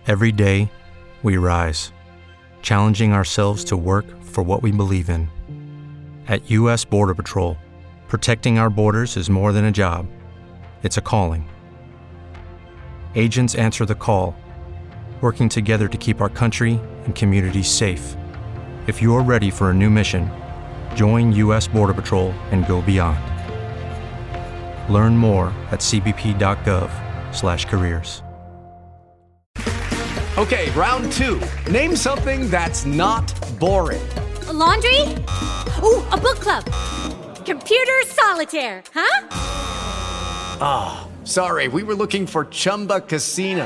Every day, we rise, challenging ourselves to work for what we believe in. At U.S. Border Patrol, protecting our borders is more than a job, it's a calling. Agents answer the call, working together to keep our country and communities safe. If you're ready for a new mission, join U.S. Border Patrol and go beyond. Learn more at cbp.gov/careers. Okay, round two. Name something that's not boring. A laundry? Ooh, a book club. Computer solitaire, huh? Ah, sorry, we were looking for Chumba Casino.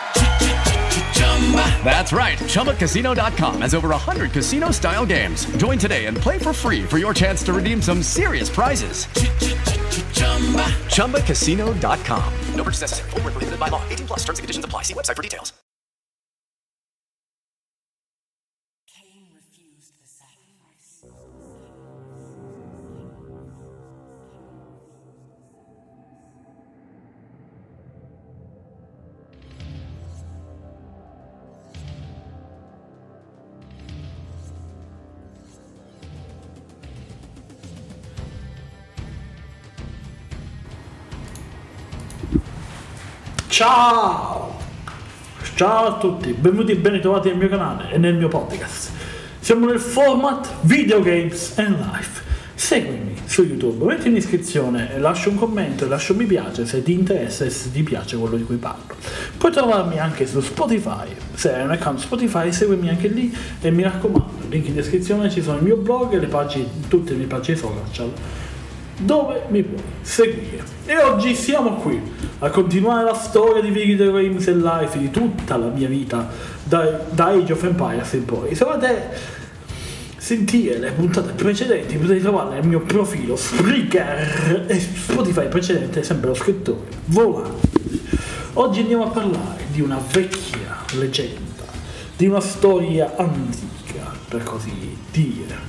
That's right, ChumbaCasino.com has over 100 casino-style games. Join today and play for free for your chance to redeem some serious prizes. ChumbaCasino.com. No purchase necessary. Void where prohibited by law. 18+ terms and conditions apply. See website for details. Ciao! Ciao a tutti, benvenuti e ben ritrovati nel mio canale e nel mio podcast. Siamo nel format Video Games and Life. Seguimi su YouTube, metti un'iscrizione, lascia un commento e lascia un mi piace se ti interessa e se ti piace quello di cui parlo. Puoi trovarmi anche su Spotify, se hai un account Spotify seguimi anche lì e mi raccomando, link in descrizione ci sono il mio blog e le pagine, tutte le mie pagine social dove mi puoi seguire. E oggi siamo qui a continuare la storia di Video Games and Life di tutta la mia vita da Age of Empires in poi. Se volete sentire le puntate precedenti potete trovarle nel mio profilo Spreaker e Spotify precedente, sempre lo scrittore Volante. Oggi andiamo a parlare di una vecchia leggenda, di una storia antica, per così dire.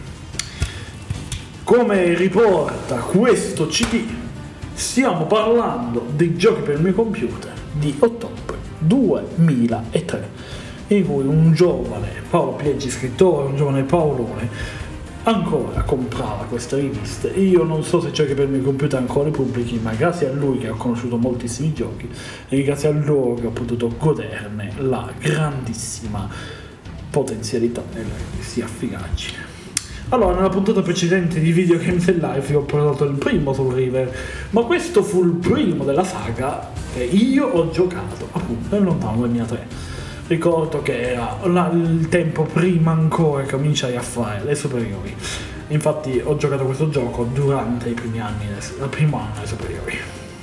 Come riporta questo CD, stiamo parlando dei giochi per il mio computer di ottobre 2003, in cui un giovane Paolo Pieggi, scrittore, un giovane Paolone, ancora comprava queste riviste. Io non so se giochi per il mio computer ancora pubblichi, ma grazie a lui che ho conosciuto moltissimi giochi e grazie a loro che ho potuto goderne la grandissima potenzialità delle riviste affigaci. Allora, nella puntata precedente di Video Games and Life io ho portato il primo Soul River, ma questo fu il primo della saga che io ho giocato appunto nel lontano 2003. Ricordo che era il tempo prima ancora che cominciai a fare le superiori. Infatti ho giocato questo gioco durante i primi anni, il primo anno delle superiori.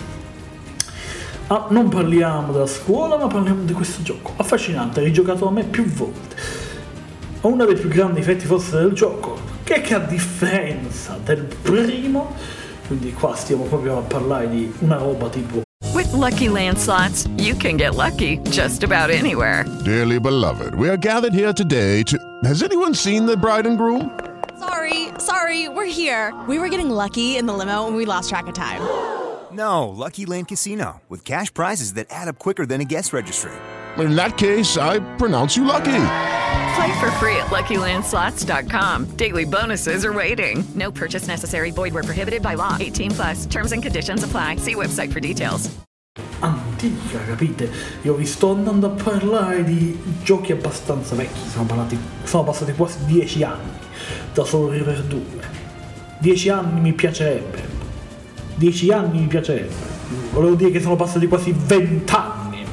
Non parliamo della scuola, ma parliamo di questo gioco affascinante, rigiocato da me più volte. Uno dei più grandi difetti forse del gioco che a differenza del primo, quindi qua stiamo proprio a parlare di una roba tipo With Lucky Land Slots, you can get lucky just about anywhere. Dearly beloved, we are gathered here today to... Has anyone seen the bride and groom? Sorry, we're here. We were getting lucky in the limo and we lost track of time. No, Lucky Land Casino, with cash prizes that add up quicker than a guest registry. In that case, I pronounce you lucky. Play for free at LuckyLandSlots.com. Daily bonuses are waiting. No purchase necessary. Void where prohibited by law. 18+. Terms and conditions apply. See website for details. Antica, capite? Io vi sto andando a parlare di giochi abbastanza vecchi. Sono passati quasi 10 anni da Soul River 2. 10 anni mi piacerebbe. 10 anni mi piacerebbe. Volevo dire che sono passati quasi 20 anni.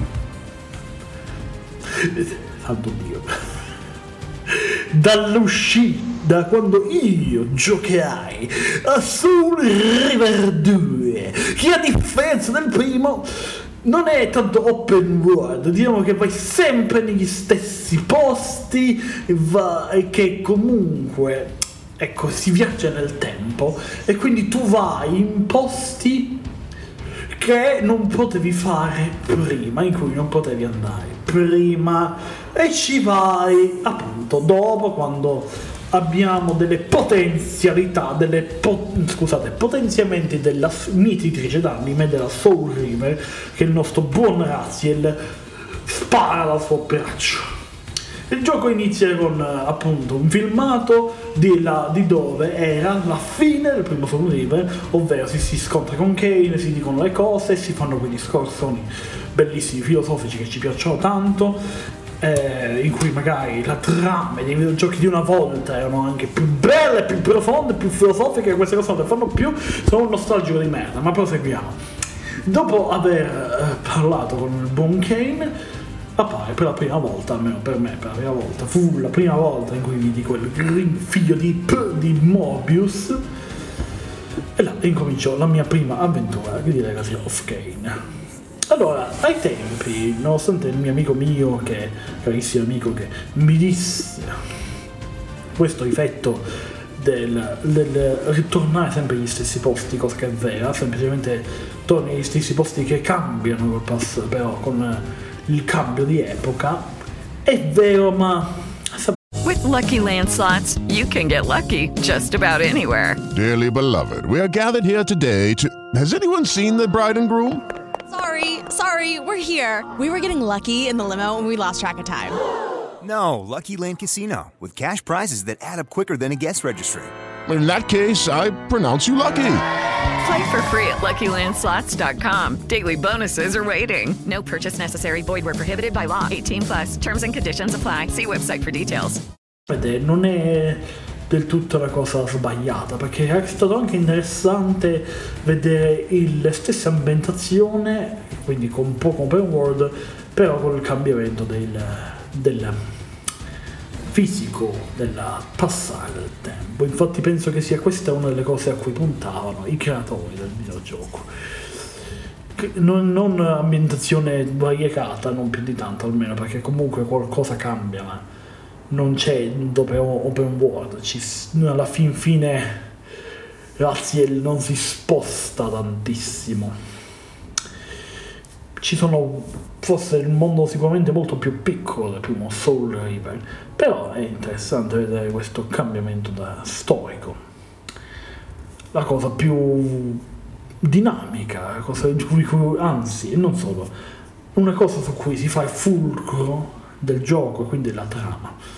Santo Dio. Da quando io giocai a Soul River 2, che a differenza del primo non è tanto open world, diciamo che vai sempre negli stessi posti e che comunque ecco si viaggia nel tempo e quindi tu vai in posti che non potevi fare prima, in cui non potevi andare prima e ci vai appunto dopo, quando abbiamo delle potenzialità, potenziamenti della mietitrice d'anime della Soul River, che il nostro buon Raziel spara dal suo braccio. Il gioco inizia con appunto un filmato di dove era la fine del primo Soul River, ovvero si scontra con Kane, si dicono le cose, si fanno quei discorsoni bellissimi, filosofici che ci piacciono tanto, in cui magari la trama dei videogiochi di una volta erano anche più belle, più profonde, più filosofiche, queste cose non le fanno più, sono un nostalgico di merda, ma proseguiamo. Dopo aver parlato con il buon Kane, appare per la prima volta, almeno per me, per la prima volta, fu la prima volta in cui vidi quel figlio di Mobius, e là incominciò la mia prima avventura di Legacy of Kain. Allora, ai tempi, nonostante il mio amico mio, carissimo amico, che mi disse questo difetto del ritornare sempre agli stessi posti, cosa che è vera, semplicemente torni agli stessi posti che cambiano col passo, però con il cambio di epoca, è vero, ma With Lucky Land Slots, you can get lucky just about anywhere. Dearly beloved, we are gathered here today to... Has anyone seen the bride and groom? Sorry, we're here. We were getting lucky in the limo and we lost track of time. No, Lucky Land Casino, with cash prizes that add up quicker than a guest registry. In that case, I pronounce you lucky. Play for free at LuckyLandSlots.com. Daily bonuses are waiting. No purchase necessary. Void where prohibited by law. 18+. Terms and conditions apply. See website for details. Non è del tutto una cosa sbagliata, perché è stato anche interessante vedere le stesse ambientazioni, quindi con poco open world, però con il cambiamento del fisico, della passare del tempo. Infatti penso che sia questa una delle cose a cui puntavano i creatori del videogioco. Non ambientazione variegata, non più di tanto almeno, perché comunque qualcosa cambia, ma non c'è open world. Alla fine Raziel non si sposta tantissimo. Ci sono forse il mondo sicuramente molto più piccolo del primo Soul River, però è interessante vedere questo cambiamento storico, la cosa più dinamica, la cosa anzi non solo, una cosa su cui si fa il fulcro del gioco e quindi la trama.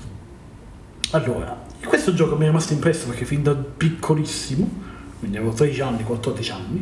Allora, questo gioco mi è rimasto impresso perché fin da piccolissimo, quindi avevo 13 anni, 14 anni,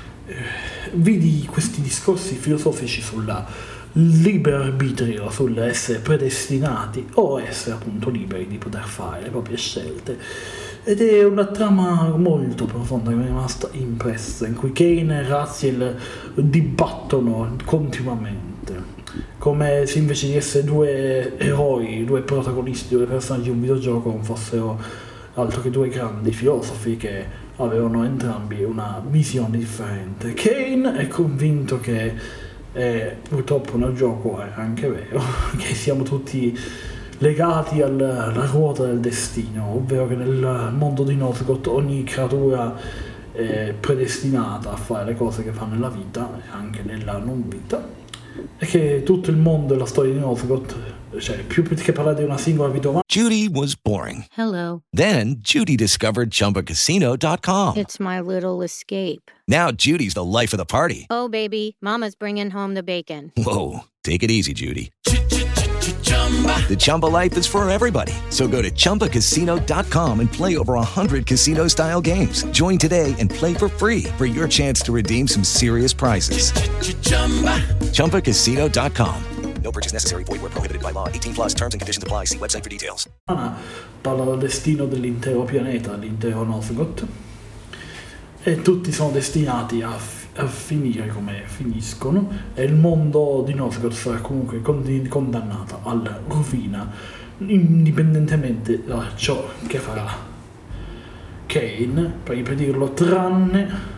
vidi questi discorsi filosofici sulla libero arbitrio, sull'essere predestinati o essere appunto liberi di poter fare le proprie scelte, ed è una trama molto profonda che mi è rimasta impressa, in cui Kane e Raziel dibattono continuamente, come se invece di essere due eroi, due protagonisti, due personaggi di un videogioco non fossero altro che due grandi filosofi che avevano entrambi una visione differente. Kane è convinto che purtroppo nel gioco è anche vero che siamo tutti legati alla ruota del destino, ovvero che nel mondo di Northgard ogni creatura è predestinata a fare le cose che fa nella vita e anche nella non vita, e che tutto il mondo e la storia di Northgard, cioè più che parlare di una singola vita umana. Judy was boring. Hello. Then Judy discovered ChumbaCasino.com. It's my little escape. Now Judy's the life of the party. Oh, baby, mama's bringing home the bacon. Whoa, take it easy, Judy. The Chumba life is for everybody. So go to ChumbaCasino.com and play over 100 casino-style games. Join today and play for free for your chance to redeem some serious prizes. ChumbaCasino.com. No purchase necessary. Void where prohibited by law. 18+. Terms and conditions apply. See website for details. Parla del destino dell'intero pianeta, dell'intero Northgard, e tutti sono destinati a finire come finiscono, e il mondo di Northgard sarà comunque condannato alla rovina, indipendentemente da ciò che farà Kane per impedirlo, tranne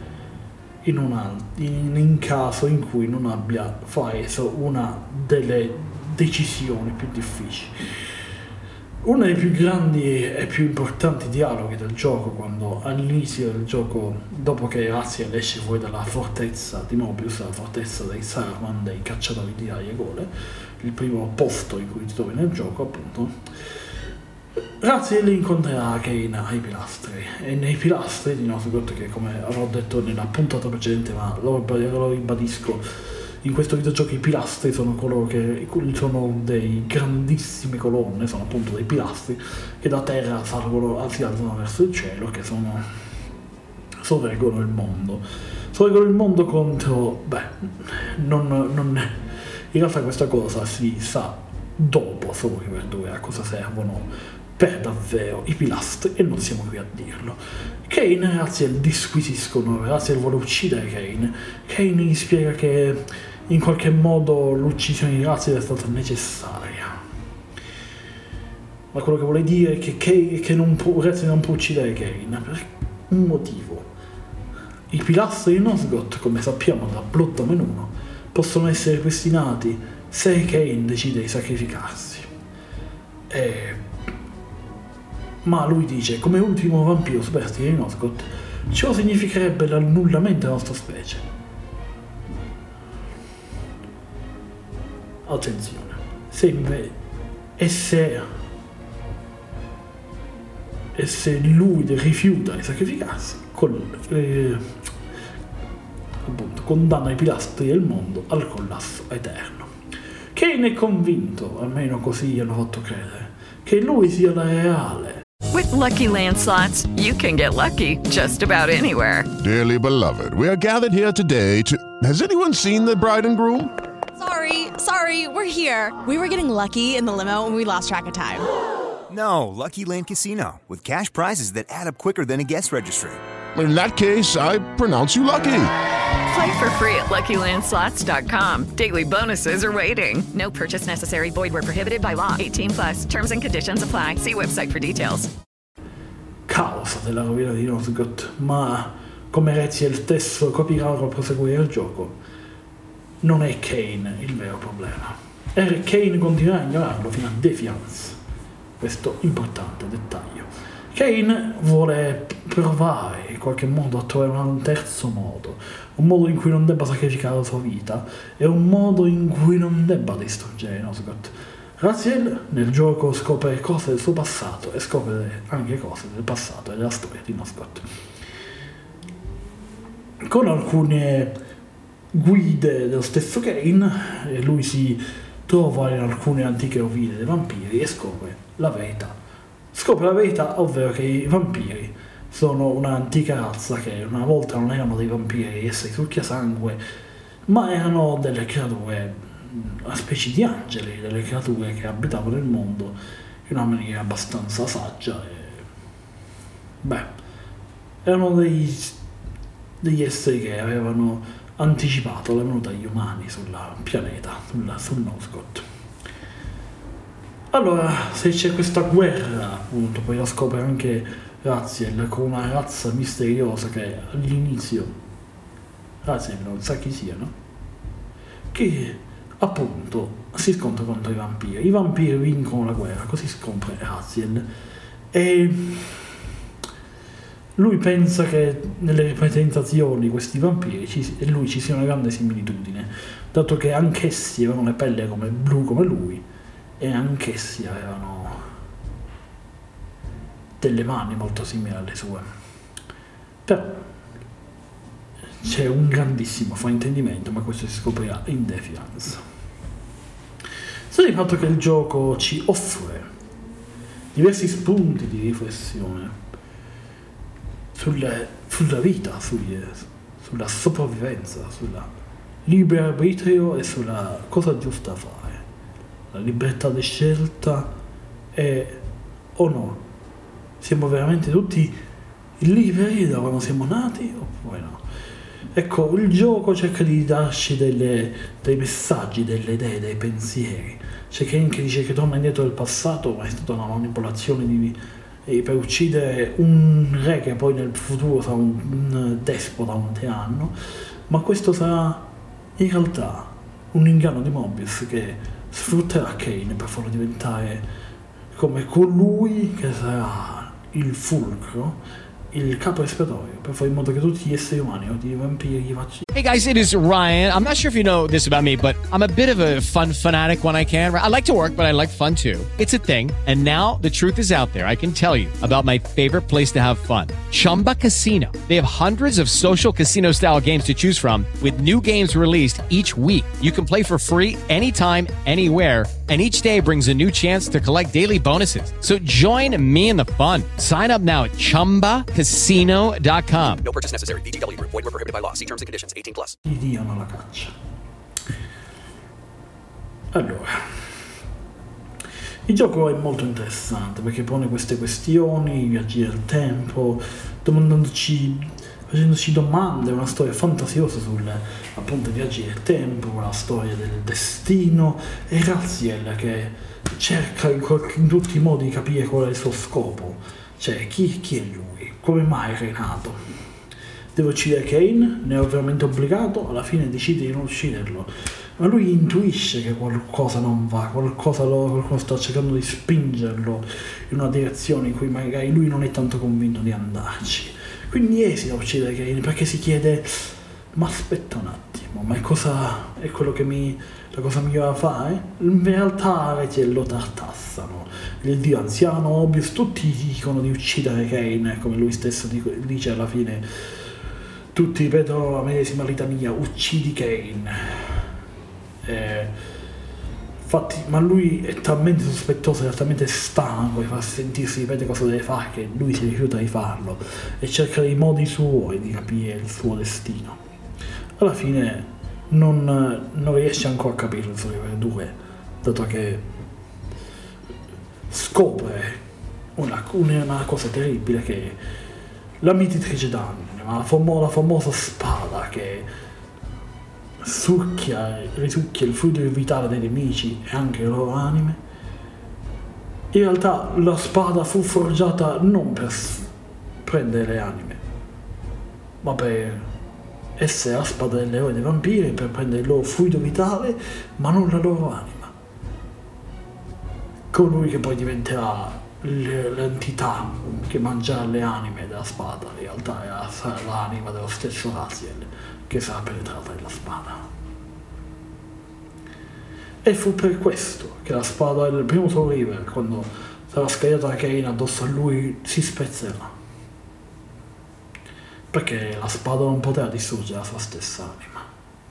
in caso in cui non abbia preso una delle decisioni più difficili. Uno dei più grandi e più importanti dialoghi del gioco, quando all'inizio del gioco, dopo che Raziel esce fuori dalla fortezza di Mobius, la fortezza dei Saruman, dei cacciatori di aiegole, il primo posto in cui ti trovi nel gioco appunto, Raziel incontrerà Kane ai pilastri, e nei pilastri di Northgard, che come avrò detto nella puntata precedente, ma lo ribadisco in questo videogioco i pilastri sono coloro che sono dei grandissime colonne, sono appunto dei pilastri che da terra si alzano verso il cielo, che sorreggono il mondo. Sorreggono il mondo contro... in realtà questa cosa si sa dopo, solo che per dove a cosa servono per davvero i pilastri, e non siamo qui a dirlo. Kane e Raziel disquisiscono, Raziel vuole uccidere Kane gli spiega che in qualche modo l'uccisione di Raziel è stata necessaria, ma quello che vuole dire è che Raziel non può uccidere Kane per un motivo. I pilastri di Nosgoth, come sappiamo da Blood Omen 1, possono essere ripristinati se Kane decide di sacrificarsi. Ma lui dice, come ultimo vampiro superstite di Nosgoth, ciò significherebbe l'annullamento della nostra specie. Attenzione, se lui rifiuta di sacrificarsi, appunto, condanna i pilastri del mondo al collasso eterno. Kane è convinto, almeno così gli hanno fatto credere, che lui sia la reale. With Lucky Land Slots, you can get lucky just about anywhere. Dearly beloved, we are gathered here today to... Has anyone seen the bride and groom? Sorry, we're here. We were getting lucky in the limo and we lost track of time. No, Lucky Land Casino, with cash prizes that add up quicker than a guest registry. In that case, I pronounce you lucky. Play for free at LuckyLandSlots.com. Daily bonuses are waiting. No purchase necessary. Void where prohibited by law. 18+. Terms and conditions apply. See website for details. Causa della rovina di Nosgoth, ma come Raziel stesso capirà al proseguire il gioco, non è Kane il vero problema. E Kane continuerà a ignorarlo fino a Defiance. Questo importante dettaglio. Kane vuole provare in qualche modo a trovare un terzo modo, un modo in cui non debba sacrificare la sua vita e un modo in cui non debba distruggere Nosgoth. Raziel nel gioco scopre cose del suo passato e scopre anche cose del passato e della storia di Nosgoth, con alcune guide dello stesso Kane. Lui si trova in alcune antiche rovine dei vampiri e scopre la verità, ovvero che i vampiri sono un'antica razza che una volta non erano dei vampiri, esseri succhiasangue, ma erano delle creature, una specie di angeli, delle creature che abitavano nel mondo in una maniera abbastanza saggia erano degli esseri che avevano anticipato la venuta degli umani sul pianeta, sul Nosgoth. Allora, se c'è questa guerra, appunto, poi la scopre anche Raziel con una razza misteriosa che all'inizio Raziel non sa chi sia, no? Che appunto si scontra contro i vampiri. I vampiri vincono la guerra, così scopre Raziel. E lui pensa che nelle rappresentazioni di questi vampiri e lui ci sia una grande similitudine, dato che anch'essi avevano le pelle blu come lui e anch'essi avevano delle mani molto simili alle sue. Però c'è un grandissimo fraintendimento, ma questo si scoprirà in Defiance. Sta di fatto che il gioco ci offre diversi spunti di riflessione sulla vita, sulla sopravvivenza, sulla libero arbitrio e sulla cosa giusta da fare, la libertà di scelta o no. Siamo veramente tutti liberi da quando siamo nati oppure no? Ecco, il gioco cerca di darci dei messaggi, delle idee, dei pensieri. C'è Kane che dice che torna indietro del passato, ma è stata una manipolazione per uccidere un re che poi nel futuro sarà un despota, un tiranno, ma questo sarà in realtà un inganno di Mobius che sfrutterà Kane per farlo diventare come colui che sarà il fulcro, il capo espiatorio, per fare in modo che tutti gli esseri umani o i vampiri Hey guys, it is Ryan. I'm not sure if you know this about me, but I'm a bit of a fun fanatic when I can. I like to work, but I like fun too. It's a thing. And now the truth is out there. I can tell you about my favorite place to have fun. Chumba Casino. They have hundreds of social casino style games to choose from with new games released each week. You can play for free anytime, anywhere. And each day brings a new chance to collect daily bonuses. So join me in the fun. Sign up now at ChumbaCasino.com. No purchase necessary. VGW Group. Void where prohibited by law. See terms and conditions. 18+. Gli diano la caccia. Allora, il gioco è molto interessante perché pone queste questioni, viaggi del tempo, facendoci domande, una storia fantasiosa sul appunto viaggi del tempo, una storia del destino, e Raziel che cerca in tutti i modi di capire qual è il suo scopo, cioè chi è lui, come mai è renato. Deve uccidere Kane, ne è ovviamente obbligato, alla fine decide di non ucciderlo, ma lui intuisce che qualcosa non va, qualcuno sta cercando di spingerlo in una direzione in cui magari lui non è tanto convinto di andarci. Quindi esita a uccidere Kane perché si chiede: ma aspetta un attimo, ma è quello che la cosa migliore da fare? In realtà Raziel lo tartassano, il dio anziano, Mobius, tutti dicono di uccidere Kane, come lui stesso dice alla fine. Tutti ripetono la medesima litania: uccidi Kane. Infatti, ma lui è talmente sospettoso, è talmente stanco di far sentirsi ripetere cosa deve fare, che lui si rifiuta di farlo e cerca i modi suoi di capire il suo destino. Alla fine non riesce ancora a capire il suo livello 2, dato che scopre una cosa terribile, che la mietitrice d'anime, la famosa spada che risucchia il fluido vitale dei nemici e anche le loro anime. In realtà la spada fu forgiata non per prendere le anime, ma per essere la spada dell'eroe dei vampiri, per prendere il loro fluido vitale ma non la loro anima. Colui che poi diventerà l'entità che mangerà le anime della spada in realtà sarà l'anima dello stesso Raziel che sarà penetrata nella spada. E fu per questo che la spada del primo Soul River, quando sarà scagliata la Kane addosso a lui, si spezzerà, perché la spada non poteva distruggere la sua stessa anima.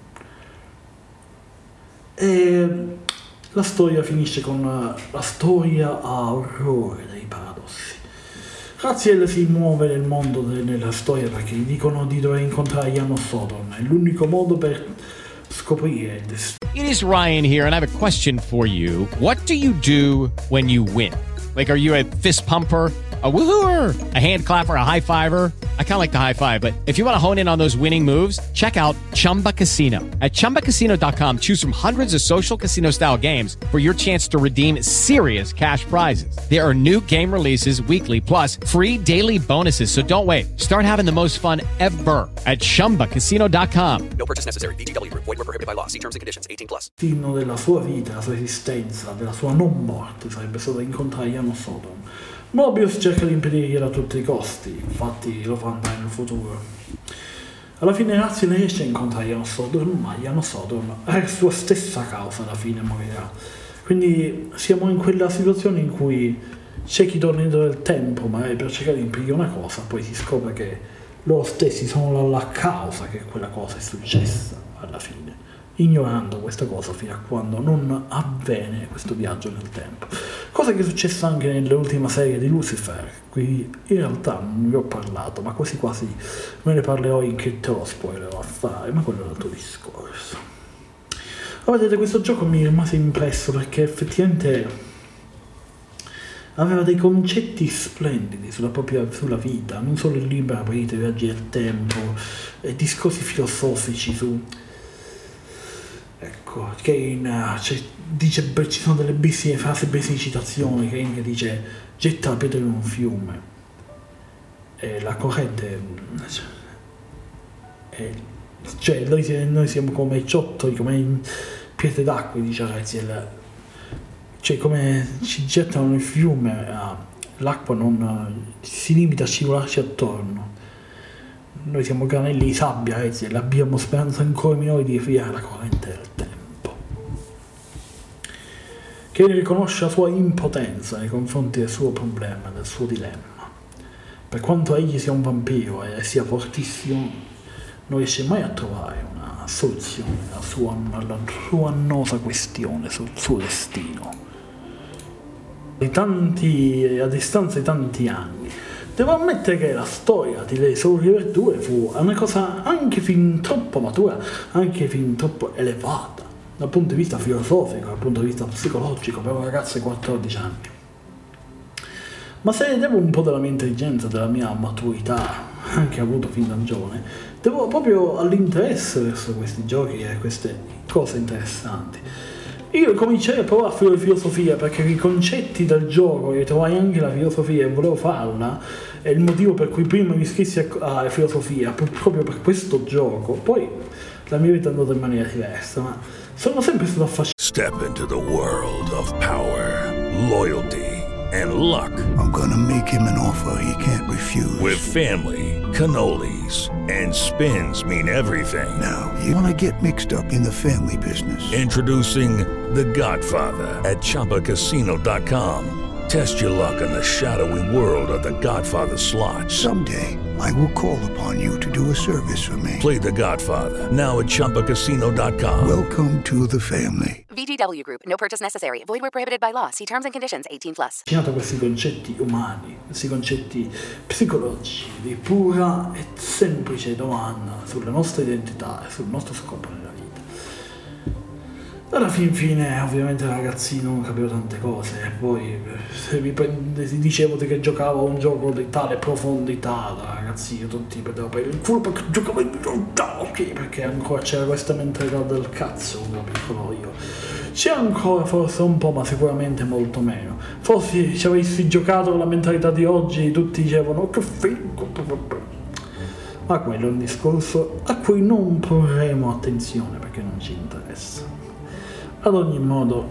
E la storia finisce con la storia a orrore dei paradossi. Raziel si muove nel mondo nella storia perché gli dicono di dover incontrare Janos Sodorn. È l'unico modo per scoprire il destino. It is Ryan here, and I have a question for you. What do you do when you win? Like, are you a fist pumper, a woohooer, a hand clapper, a high fiver? I kind of like the high five, but if you want to hone in on those winning moves, check out Chumba Casino. At ChumbaCasino.com, choose from hundreds of social casino style games for your chance to redeem serious cash prizes. There are new game releases weekly, plus free daily bonuses. So don't wait. Start having the most fun ever at ChumbaCasino.com. No purchase necessary. VGW Group. Void where prohibited by law. See terms and conditions. 18+. Il destino della sua vita, della sua esistenza, della sua non morte sarebbe stato incontrare Janos Sodorn. Mobius cerca di impedirglielo a tutti i costi, infatti lo fa andare nel futuro. Alla fine Raziel riesce a incontrare Janos Sodorn, ma Janos Sodorn è sua stessa causa, alla fine morirà. Quindi siamo in quella situazione in cui c'è chi torna indietro del tempo, magari per cercare di impedire una cosa, poi si scopre che loro stessi sono la causa che quella cosa è successa alla fine, ignorando questa cosa fino a quando non avviene questo viaggio nel tempo. Cosa che è successa anche nell'ultima serie di Lucifer, qui in realtà non vi ho parlato, ma quasi quasi me ne parlerò in che te lo spoilerò a fare, ma quello è un altro discorso. Ma vedete, questo gioco mi rimase impresso perché effettivamente aveva dei concetti splendidi sulla vita, non solo il libro aprito, i viaggi del tempo, e discorsi filosofici su... Ecco, Kane dice, ci sono delle bellissime frasi, bellissime citazioni. Kane che dice: getta la pietra in un fiume e la corrente, cioè noi siamo come ciottoli, come pietre d'acqua, dice Raziel, cioè come ci gettano nel fiume, l'acqua non si limita a scivolarci attorno, noi siamo granelli di sabbia e abbiamo speranza ancora minore di defiare la corrente del tempo. Kane riconosce la sua impotenza nei confronti del suo problema, del suo dilemma. Per quanto egli sia un vampiro e sia fortissimo, non riesce mai a trovare una soluzione alla sua annosa questione sul suo destino. A distanza di tanti anni, devo ammettere che la storia di Soul River 2 fu una cosa anche fin troppo matura, anche fin troppo elevata, dal punto di vista filosofico, dal punto di vista psicologico, per un ragazzo di 14 anni. Ma se devo un po' della mia intelligenza, della mia maturità, anche avuto fin da giovane, devo proprio all'interesse verso questi giochi e queste cose interessanti. Io cominciai a provare a fare filosofia, perché i concetti del gioco, io trovai anche la filosofia e volevo farla, è il motivo per cui prima mi iscrissi a filosofia, proprio per questo gioco. Poi la mia vita è andata in maniera diversa, ma sono sempre stato affascinato. Step into the world of power, loyalty, and luck. I'm gonna make him an offer he can't refuse. With family, cannolis, and spins mean everything. Now, you wanna get mixed up in the family business. Introducing The Godfather at ChumbaCasino.com. Test your luck in the shadowy world of The Godfather slot. Someday, I will call upon you to do a service for me. Play The Godfather, now at ChumbaCasino.com. Welcome to the family. VGW Group. No purchase necessary. Void where prohibited by law. See terms and conditions. 18+. Questi concetti umani, questi concetti psicologici di pura e semplice domanda sulla nostra identità e sul nostro scopo nella vita. Alla fine, ovviamente, ragazzino, non capivo tante cose. E poi, se dicevo che giocavo a un gioco di tale profondità, da ragazzino, tutti prendevo per il culo perché giocavo in videogiochi, perché ancora c'era questa mentalità del cazzo, da piccolo io. C'è ancora forse un po', ma sicuramente molto meno. Forse se avessi giocato con la mentalità di oggi, tutti dicevano che figo. Ma quello è un discorso a cui non porremo attenzione perché non ci interessa. Ad ogni modo,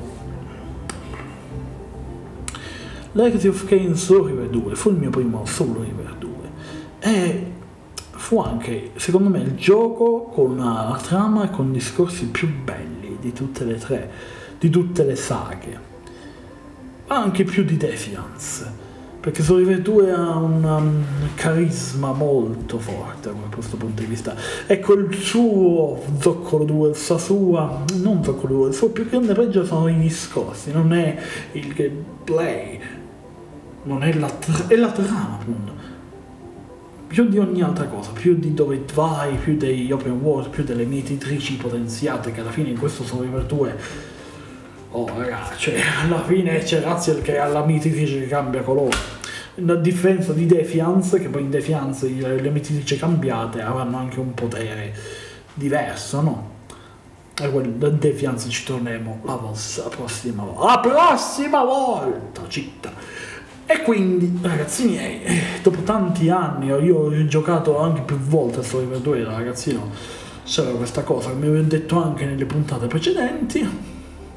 Legacy of Kain Soul River 2 fu il mio primo Soul River 2 e fu anche, secondo me, il gioco con la trama e con discorsi più belli di tutte le tre, di tutte le saghe, anche più di Defiance, perché Soul River 2 ha un carisma molto forte da questo punto di vista. Ecco, il suo zoccolo 2, non zoccolo 2, il suo più grande pregio sono i discorsi, non è il gameplay, non è la trama, appunto. Più di ogni altra cosa, più di dove vai, più degli open world, più delle mietitrici potenziate, che alla fine in questo Soul River 2... Oh ragazzi, cioè, alla fine c'è Raziel che ha la mietitrice che cambia colore. A differenza di Defiance, che poi in Defiance le mietitrici cambiate avranno anche un potere diverso, no? E da Defiance ci torneremo la prossima volta, città. E quindi, ragazzi miei, dopo tanti anni, io ho giocato anche più volte a Soul River 2 da ragazzino, c'era questa cosa che mi avevo detto anche nelle puntate precedenti.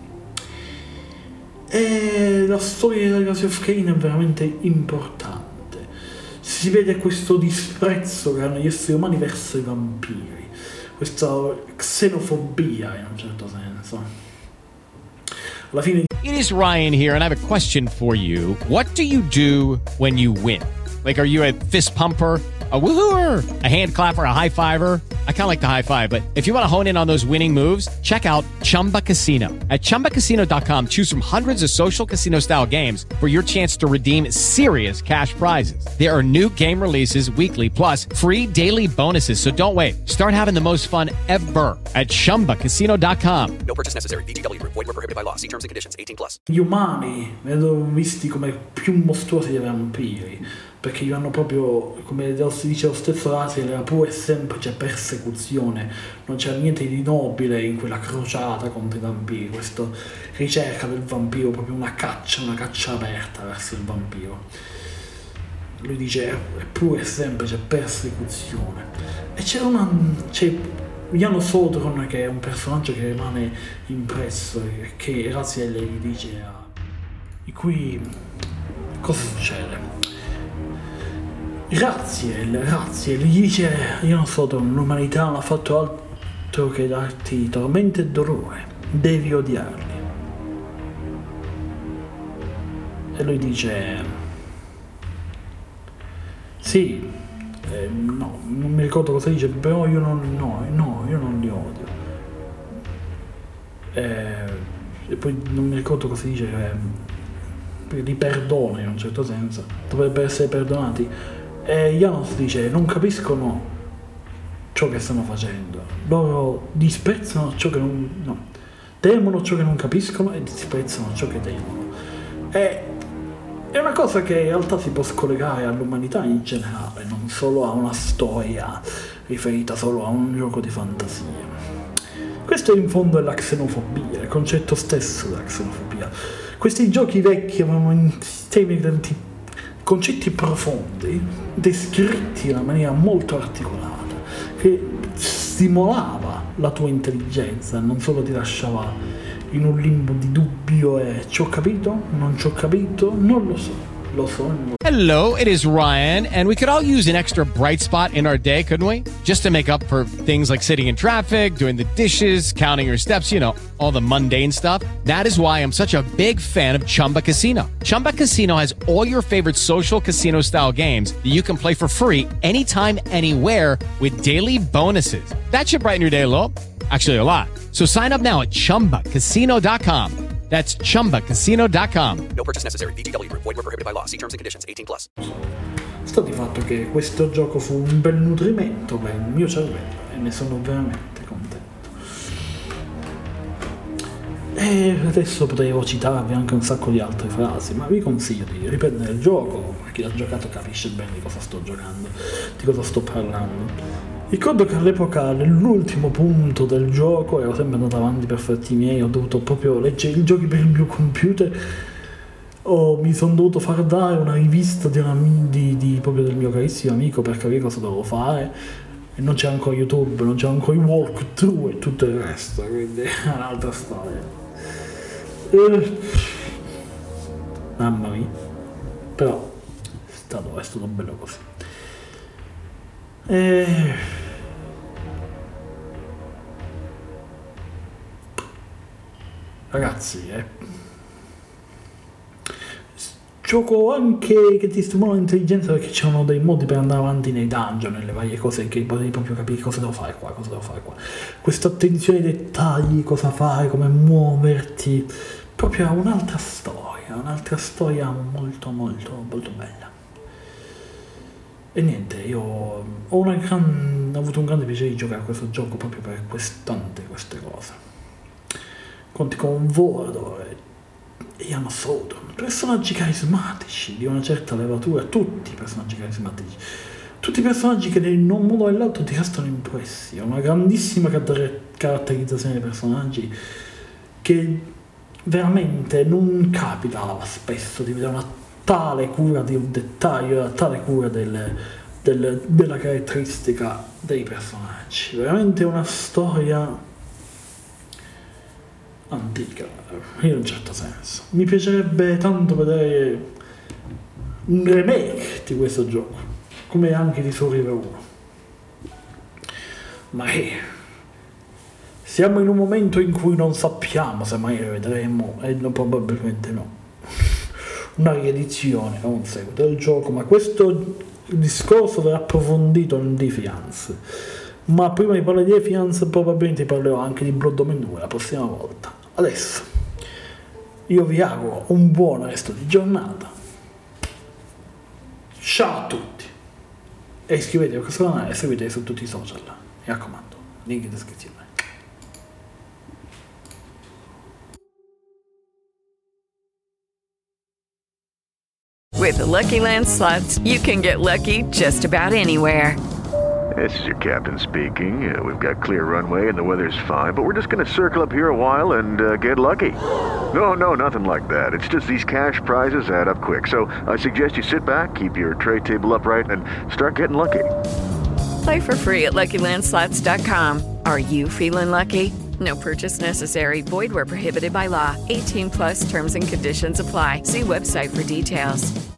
E la storia di Legacy of Kain è veramente importante. Si vede questo disprezzo che hanno gli esseri umani verso i vampiri, questa xenofobia in un certo senso. Alla fine... It is Ryan here, and I have a question for you. What do you do when you win? Like, are you a fist pumper, a woohooer, a hand clapper, a high fiver? I kind of like the high five, but if you want to hone in on those winning moves, check out Chumba Casino. At ChumbaCasino.com, choose from hundreds of social casino-style games for your chance to redeem serious cash prizes. There are new game releases weekly, plus free daily bonuses, so don't wait. Start having the most fun ever at ChumbaCasino.com. No purchase necessary. VGW Group. Void where prohibited by law. See terms and conditions. 18+. Gli umani vengono visti come più mostruosi dei vampiri, perché gli hanno proprio, come si dice lo stesso Raziel, era pura e semplice persecuzione, non c'era niente di nobile in quella crociata contro i vampiri, questa ricerca del vampiro, proprio una caccia aperta verso il vampiro. Lui dice è pura e semplice persecuzione. E c'è Iano Sodron, che è un personaggio che rimane impresso, che Raziel gli dice di cui cosa succede? Grazie, gli dice: io non so, l'umanità non ha fatto altro che darti tormento e dolore, devi odiarli. E lui dice: sì, no, non mi ricordo cosa dice, però io non li odio. E poi non mi ricordo cosa dice, li perdona in un certo senso, dovrebbe essere perdonati. E Janos dice: non capiscono ciò che stanno facendo, loro disprezzano ciò che temono ciò che non capiscono e disprezzano ciò che temono. È una cosa che in realtà si può scollegare all'umanità in generale, non solo a una storia riferita solo a un gioco di fantasia. Questo in fondo è la xenofobia, il concetto stesso della xenofobia. Questi giochi vecchi avevano tanti concetti profondi, descritti in una maniera molto articolata, che stimolava la tua intelligenza, non solo ti lasciava in un limbo di dubbio e ci ho capito? Non ci ho capito? Non lo so. Hello, it is Ryan, and we could all use an extra bright spot in our day, couldn't we? Just to make up for things like sitting in traffic, doing the dishes, counting your steps, all the mundane stuff. That is why I'm such a big fan of Chumba Casino. Chumba Casino has all your favorite social casino-style games that you can play for free anytime, anywhere with daily bonuses. That should brighten your day a little. Actually, a lot. So sign up now at ChumbaCasino.com. That's ChumbaCasino.com. No purchase necessary. VGW Group. Void where prohibited by law. See terms and conditions. 18+. Sta di fatto che questo gioco fu un bel nutrimento per il mio cervello e ne sono veramente contento. E adesso potevo citarvi anche un sacco di altre frasi, ma vi consiglio di riprendere il gioco. Chi l'ha giocato capisce bene di cosa sto giocando, di cosa sto parlando. Ricordo che all'epoca, nell'ultimo punto del gioco, ero sempre andato avanti per fatti miei, ho dovuto proprio leggere i giochi per il mio computer, mi sono dovuto far dare una rivista proprio del mio carissimo amico per capire cosa dovevo fare, e non c'era ancora YouTube, non c'era ancora i walkthrough e tutto il resto, quindi è un'altra storia. Mamma mia, però è stato bello così. Ragazzi, gioco anche che ti stimola l'intelligenza, perché c'erano dei modi per andare avanti nei dungeon, nelle varie cose, che potevi proprio capire cosa devo fare qua. Questa attenzione ai dettagli, cosa fare, come muoverti, proprio un'altra storia molto molto molto bella. E niente, io ho avuto un grande piacere di giocare a questo gioco proprio per tante queste cose. Conti con Volador e Janos Autumn, personaggi carismatici di una certa levatura, tutti personaggi carismatici, tutti personaggi che in un modo o nell'altro ti restano impressi. È una grandissima caratterizzazione dei personaggi che veramente non capita spesso di vedere una tale cura di un dettaglio, tale cura della caratteristica dei personaggi. Veramente una storia antica, in un certo senso. Mi piacerebbe tanto vedere un remake di questo gioco, come anche di Soul River 1. Ma siamo in un momento in cui non sappiamo se mai rivedremo, e probabilmente no, una riedizione o un seguito del gioco, ma questo discorso verrà approfondito in Defiance. Ma prima di parlare di Defiance probabilmente parlerò anche di Blood Omen 2 la prossima volta. Adesso io vi auguro un buon resto di giornata, ciao a tutti, e iscrivetevi a questo canale e seguitemi su tutti i social, mi raccomando, link in descrizione. With the Lucky Land Slots, you can get lucky just about anywhere. This is your captain speaking. We've got clear runway and the weather's fine, but we're just going to circle up here a while and get lucky. No, nothing like that. It's just these cash prizes add up quick. So I suggest you sit back, keep your tray table upright, and start getting lucky. Play for free at LuckyLandSlots.com. Are you feeling lucky? No purchase necessary. Void where prohibited by law. 18+ terms and conditions apply. See website for details.